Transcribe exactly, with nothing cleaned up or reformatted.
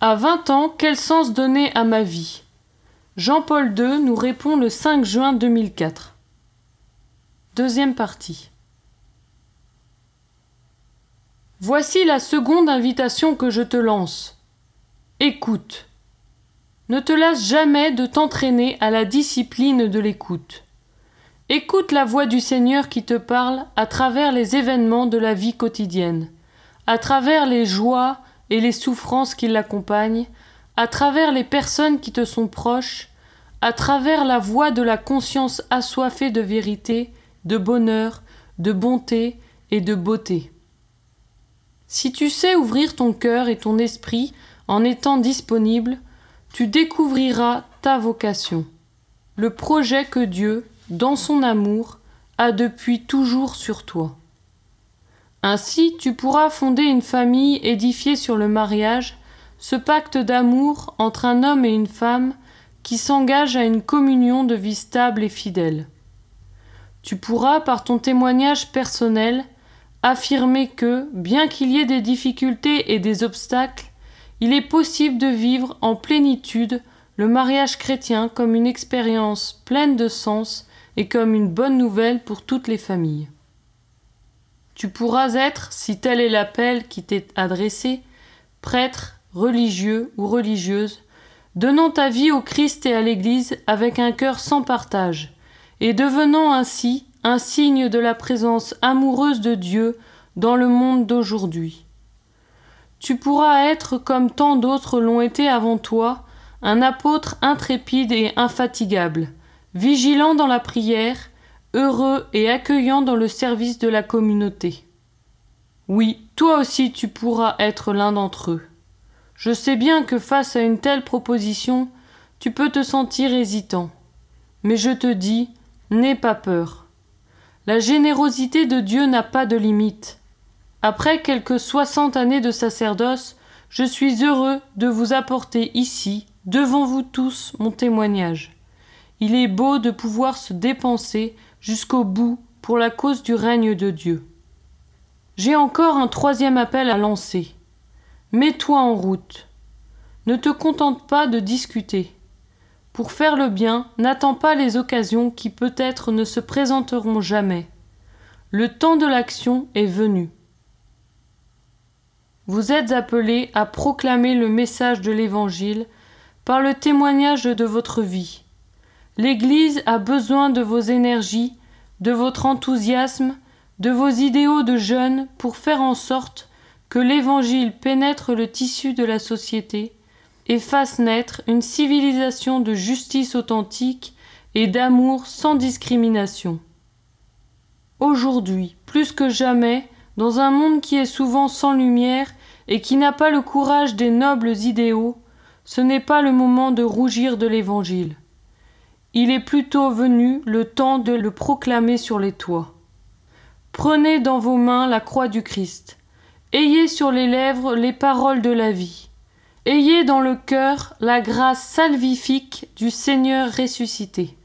À vingt ans, quel sens donner à ma vie? Jean-Paul deux nous répond le cinq juin deux mille quatre. Deuxième partie. Voici la seconde invitation que je te lance. Écoute. Ne te lasse jamais de t'entraîner à la discipline de l'écoute. Écoute la voix du Seigneur qui te parle à travers les événements de la vie quotidienne, à travers les joies et les souffrances qui l'accompagnent, à travers les personnes qui te sont proches, à travers la voix de la conscience assoiffée de vérité, de bonheur, de bonté et de beauté. Si tu sais ouvrir ton cœur et ton esprit en étant disponible, tu découvriras ta vocation, le projet que Dieu, dans son amour, a depuis toujours sur toi. Ainsi, tu pourras fonder une famille édifiée sur le mariage, ce pacte d'amour entre un homme et une femme qui s'engage à une communion de vie stable et fidèle. Tu pourras, par ton témoignage personnel, affirmer que, bien qu'il y ait des difficultés et des obstacles, il est possible de vivre en plénitude le mariage chrétien comme une expérience pleine de sens et comme une bonne nouvelle pour toutes les familles. Tu pourras être, si tel est l'appel qui t'est adressé, prêtre, religieux ou religieuse, donnant ta vie au Christ et à l'Église avec un cœur sans partage, et devenant ainsi un signe de la présence amoureuse de Dieu dans le monde d'aujourd'hui. Tu pourras être, comme tant d'autres l'ont été avant toi, un apôtre intrépide et infatigable, vigilant dans la prière, heureux et accueillant dans le service de la communauté. Oui, toi aussi tu pourras être l'un d'entre eux. Je sais bien que face à une telle proposition, tu peux te sentir hésitant. Mais je te dis, n'aie pas peur. La générosité de Dieu n'a pas de limite. Après quelques soixante années de sacerdoce, je suis heureux de vous apporter ici, devant vous tous, mon témoignage. Il est beau de pouvoir se dépenser jusqu'au bout pour la cause du règne de Dieu. J'ai encore un troisième appel à lancer. Mets-toi en route. Ne te contente pas de discuter. Pour faire le bien, n'attends pas les occasions qui peut-être ne se présenteront jamais. Le temps de l'action est venu. Vous êtes appelés à proclamer le message de l'Évangile par le témoignage de votre vie. L'Église a besoin de vos énergies, de votre enthousiasme, de vos idéaux de jeunes pour faire en sorte que l'Évangile pénètre le tissu de la société et fasse naître une civilisation de justice authentique et d'amour sans discrimination. Aujourd'hui, plus que jamais, dans un monde qui est souvent sans lumière et qui n'a pas le courage des nobles idéaux, ce n'est pas le moment de rougir de l'Évangile. Il est plutôt venu le temps de le proclamer sur les toits. Prenez dans vos mains la croix du Christ. Ayez sur les lèvres les paroles de la vie. Ayez dans le cœur la grâce salvifique du Seigneur ressuscité.